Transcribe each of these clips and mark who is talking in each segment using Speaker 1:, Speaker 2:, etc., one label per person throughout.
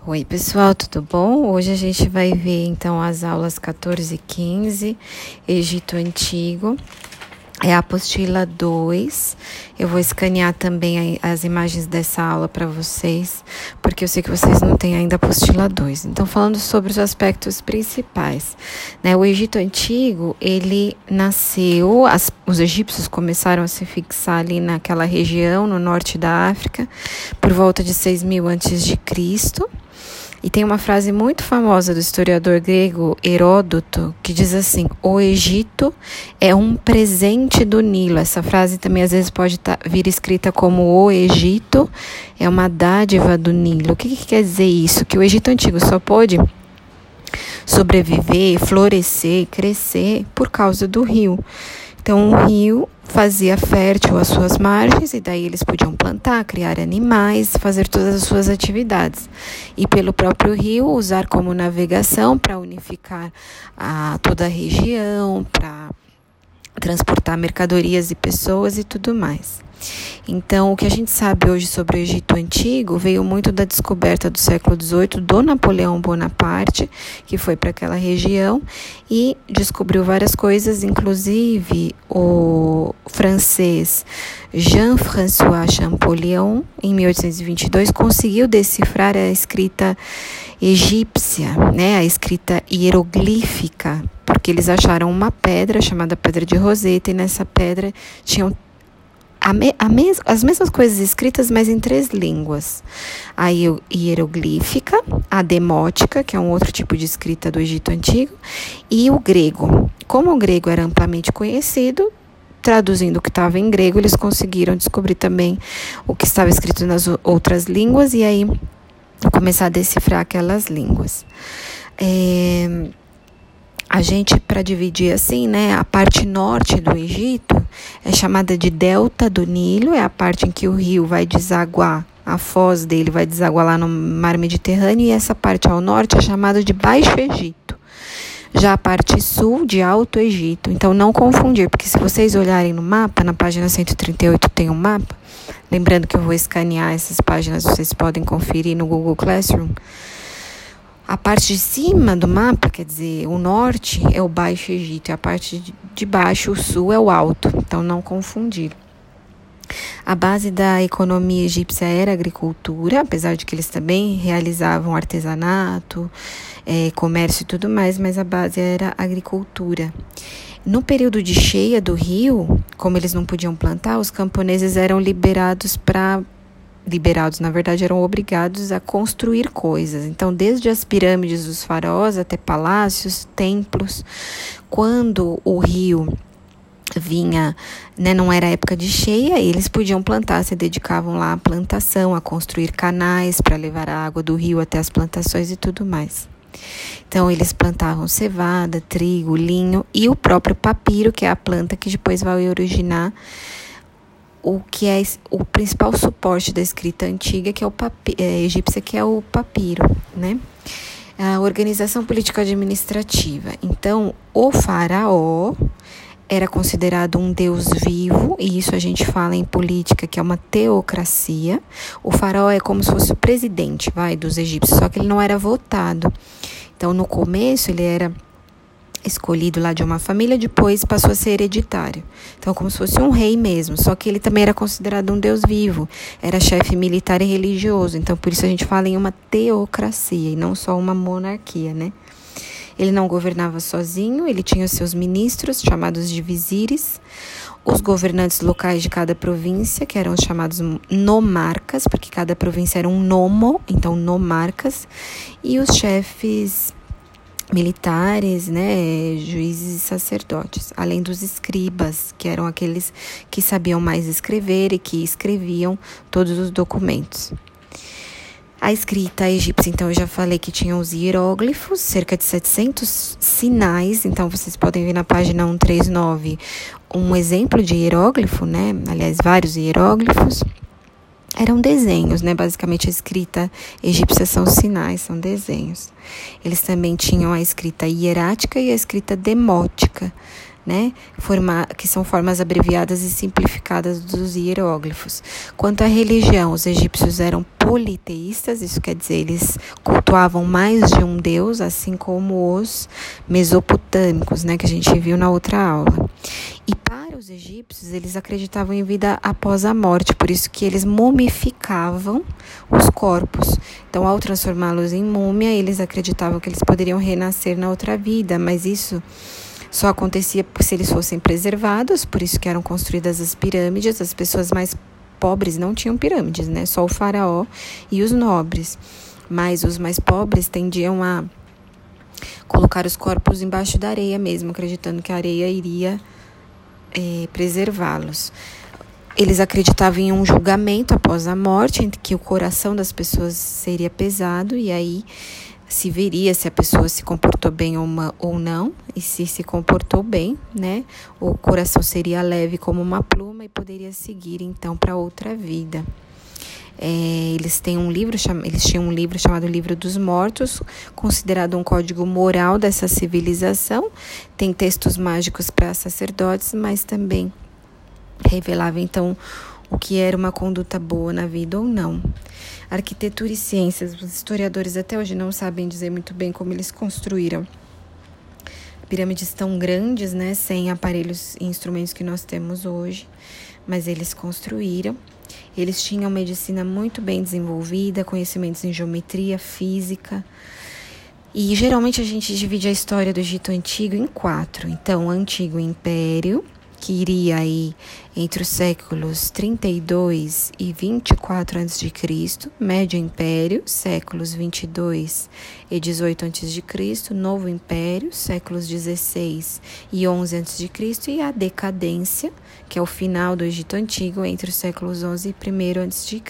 Speaker 1: Oi pessoal, tudo bom? Hoje a gente vai ver então as aulas 14 e 15, Egito Antigo, é a apostila 2. Eu vou escanear também as imagens dessa aula para vocês, porque eu sei que vocês não têm ainda a apostila 2. Então, falando sobre os aspectos principais, né? O Egito Antigo, ele nasceu, os egípcios começaram a se fixar ali naquela região, no norte da África, por volta de 6.000 a.C., e tem uma frase muito famosa do historiador grego Heródoto, que diz assim: o Egito é um presente do Nilo. Essa frase também às vezes pode vir escrita como o Egito é uma dádiva do Nilo. O que quer dizer isso? Que o Egito Antigo só pôde sobreviver, florescer, crescer por causa do rio. Então, o rio fazia fértil as suas margens e daí eles podiam plantar, criar animais, fazer todas as suas atividades. E pelo próprio rio usar como navegação para unificar toda a região, para transportar mercadorias e pessoas e tudo mais. Então, o que a gente sabe hoje sobre o Egito Antigo veio muito da descoberta do século XVIII do Napoleão Bonaparte, que foi para aquela região e descobriu várias coisas, inclusive o francês Jean-François Champollion, em 1822, conseguiu decifrar a escrita egípcia, né, a escrita hieroglífica, porque eles acharam uma pedra chamada Pedra de Roseta e nessa pedra tinham as mesmas coisas escritas, mas em 3 línguas. A hieroglífica, a demótica, que é um outro tipo de escrita do Egito Antigo, e o grego. Como o grego era amplamente conhecido, traduzindo o que estava em grego, eles conseguiram descobrir também o que estava escrito nas outras línguas e aí começar a decifrar aquelas línguas. A gente, para dividir assim, né, a parte norte do Egito é chamada de Delta do Nilo, é a parte em que o rio vai desaguar, a foz dele vai desaguar lá no mar Mediterrâneo, e essa parte ao norte é chamada de Baixo Egito. Já a parte sul, de Alto Egito. Então, não confundir, porque se vocês olharem no mapa, na página 138 tem um mapa, lembrando que eu vou escanear essas páginas, vocês podem conferir no Google Classroom. A parte de cima do mapa, quer dizer, o norte é o Baixo Egito e a parte de baixo, o sul, é o Alto. Então, não confundir. A base da economia egípcia era a agricultura, apesar de que eles também realizavam artesanato, comércio e tudo mais, mas a base era a agricultura. No período de cheia do rio, como eles não podiam plantar, os camponeses eram na verdade, eram obrigados a construir coisas. Então, desde as pirâmides dos faraós até palácios, templos. Quando o rio vinha, né, não era época de cheia, eles podiam plantar, se dedicavam lá à plantação, a construir canais para levar a água do rio até as plantações e tudo mais. Então, eles plantavam cevada, trigo, linho e o próprio papiro, que é a planta que depois vai originar o que é o principal suporte da escrita antiga, que é egípcia, que é o papiro, né? A organização político-administrativa. Então, o faraó era considerado um deus vivo, e isso a gente fala em política, que é uma teocracia. O faraó é como se fosse o presidente, dos egípcios, só que ele não era votado. Então, no começo, ele era escolhido lá de uma família, depois passou a ser hereditário. Então, como se fosse um rei mesmo, só que ele também era considerado um deus vivo, era chefe militar e religioso, então por isso a gente fala em uma teocracia e não só uma monarquia, né? Ele não governava sozinho, ele tinha os seus ministros, chamados de vizires, os governantes locais de cada província, que eram os chamados nomarcas, porque cada província era um nomo, então nomarcas, e os chefes militares, né, juízes e sacerdotes, além dos escribas, que eram aqueles que sabiam mais escrever e que escreviam todos os documentos. A escrita egípcia, então, eu já falei que tinha os hieróglifos, cerca de 700 sinais, então vocês podem ver na página 139 um exemplo de hieróglifo, né, aliás, vários hieróglifos. Eram desenhos, né? Basicamente a escrita egípcia são sinais, são desenhos. Eles também tinham a escrita hierática e a escrita demótica, né, que são formas abreviadas e simplificadas dos hieróglifos. Quanto à religião, os egípcios eram politeístas, isso quer dizer, eles cultuavam mais de um deus, assim como os mesopotâmicos, né, que a gente viu na outra aula. E para os egípcios, eles acreditavam em vida após a morte, por isso que eles mumificavam os corpos. Então, ao transformá-los em múmia, eles acreditavam que eles poderiam renascer na outra vida, mas isso só acontecia se eles fossem preservados, por isso que eram construídas as pirâmides. As pessoas mais pobres não tinham pirâmides, né? Só o faraó e os nobres. Mas os mais pobres tendiam a colocar os corpos embaixo da areia mesmo, acreditando que a areia iria preservá-los. Eles acreditavam em um julgamento após a morte, em que o coração das pessoas seria pesado, e aí se veria se a pessoa se comportou bem ou não, e se comportou bem, né, o coração seria leve como uma pluma e poderia seguir então para outra vida. Eles tinham um livro chamado Livro dos Mortos, considerado um código moral dessa civilização. Tem textos mágicos para sacerdotes, mas também revelava então o que era uma conduta boa na vida ou não. Arquitetura e ciências, os historiadores até hoje não sabem dizer muito bem como eles construíram pirâmides tão grandes, né, sem aparelhos e instrumentos que nós temos hoje, mas eles construíram. Eles tinham medicina muito bem desenvolvida, conhecimentos em geometria, física. E geralmente a gente divide a história do Egito Antigo em 4. Então, o Antigo Império, que iria aí entre os séculos 32 e 24 a.C., Médio Império, séculos 22 e 18 a.C., Novo Império, séculos 16 e 11 a.C., e a Decadência, que é o final do Egito Antigo, entre os séculos 11 e 1 a.C.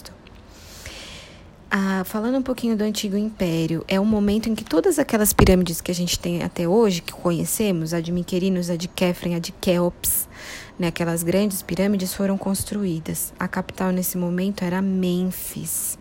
Speaker 1: Falando um pouquinho do Antigo Império, é um momento em que todas aquelas pirâmides que a gente tem até hoje, que conhecemos, a de Miquerinos, a de Quefren, a de Quéops, né, aquelas grandes pirâmides foram construídas. A capital nesse momento era Mênfis.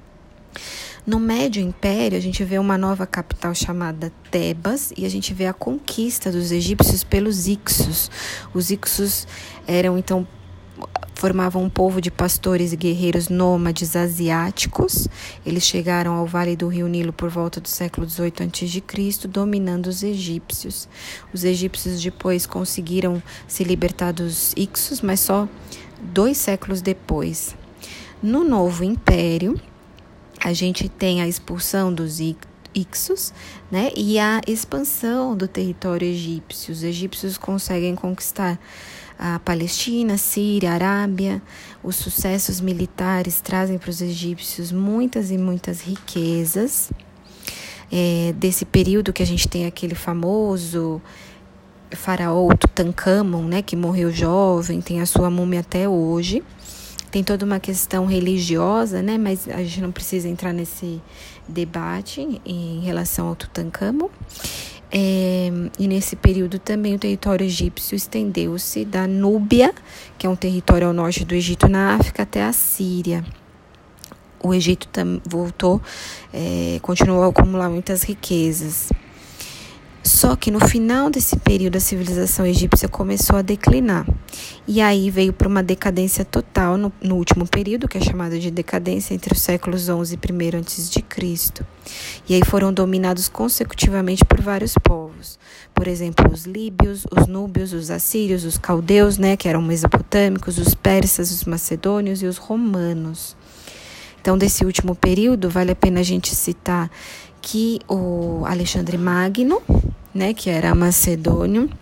Speaker 1: No Médio Império, a gente vê uma nova capital chamada Tebas, e a gente vê a conquista dos egípcios pelos Ixos. Os Ixos formavam um povo de pastores e guerreiros nômades asiáticos. Eles chegaram ao Vale do Rio Nilo por volta do século 18 a.C., dominando os egípcios. Os egípcios depois conseguiram se libertar dos Ixos, mas só 2 séculos depois. No Novo Império, a gente tem a expulsão dos Ixos, né, e a expansão do território egípcio. Os egípcios conseguem conquistar a Palestina, Síria, Arábia. Os sucessos militares trazem para os egípcios muitas e muitas riquezas. Desse período que a gente tem aquele famoso faraó Tutancâmon, né, que morreu jovem, tem a sua múmia até hoje. Tem toda uma questão religiosa, né, mas a gente não precisa entrar nesse debate em relação ao Tutancâmon. E nesse período também o território egípcio estendeu-se da Núbia, que é um território ao norte do Egito na África, até a Síria. O Egito continuou a acumular muitas riquezas. Só que no final desse período a civilização egípcia começou a declinar. E aí veio para uma decadência total no último período, que é chamado de decadência, entre os séculos 11 e 1 a.C. E aí foram dominados consecutivamente por vários povos. Por exemplo, os líbios, os núbios, os assírios, os caldeus, né, que eram mesopotâmicos, os persas, os macedônios e os romanos. Então, desse último período, vale a pena a gente citar que o Alexandre Magno, né, que era macedônio,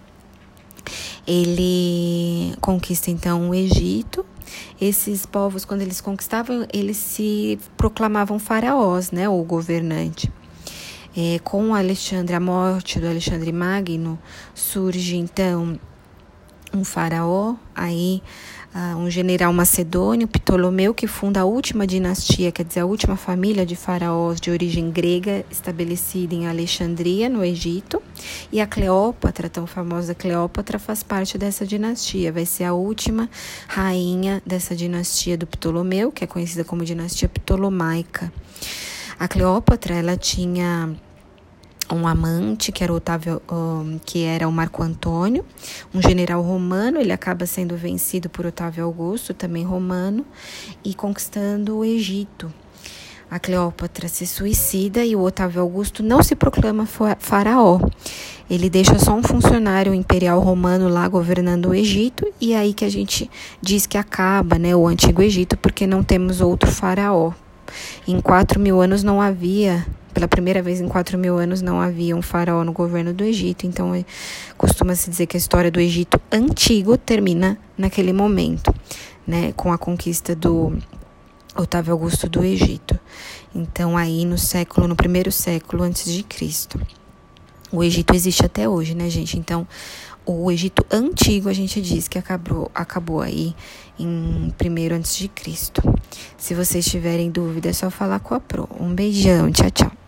Speaker 1: ele conquista então o Egito. Esses povos, quando eles conquistavam, eles se proclamavam faraós, né, ou governante. Com a morte do Alexandre Magno, surge então um faraó, aí um general macedônio, Ptolomeu, que funda a última dinastia, quer dizer, a última família de faraós de origem grega estabelecida em Alexandria, no Egito. E a Cleópatra, tão famosa Cleópatra, faz parte dessa dinastia, vai ser a última rainha dessa dinastia do Ptolomeu, que é conhecida como dinastia ptolomaica. A Cleópatra, ela tinha um amante, que era Otávio, que era o Marco Antônio, um general romano. Ele acaba sendo vencido por Otávio Augusto, também romano, e conquistando o Egito. A Cleópatra se suicida e o Otávio Augusto não se proclama faraó. Ele deixa só um funcionário imperial romano lá governando o Egito, e é aí que a gente diz que acaba, né, o Antigo Egito, porque não temos outro faraó. Em 4.000 anos não havia, pela primeira vez em 4.000 anos não havia um faraó no governo do Egito, então costuma-se dizer que a história do Egito antigo termina naquele momento, né, com a conquista do Otávio Augusto do Egito. Então aí no primeiro século antes de Cristo. O Egito existe até hoje, né, gente? Então, o Egito antigo a gente diz que acabou aí em 1º antes de Cristo. Se vocês tiverem dúvida, é só falar com a Pro. Um beijão, tchau, tchau.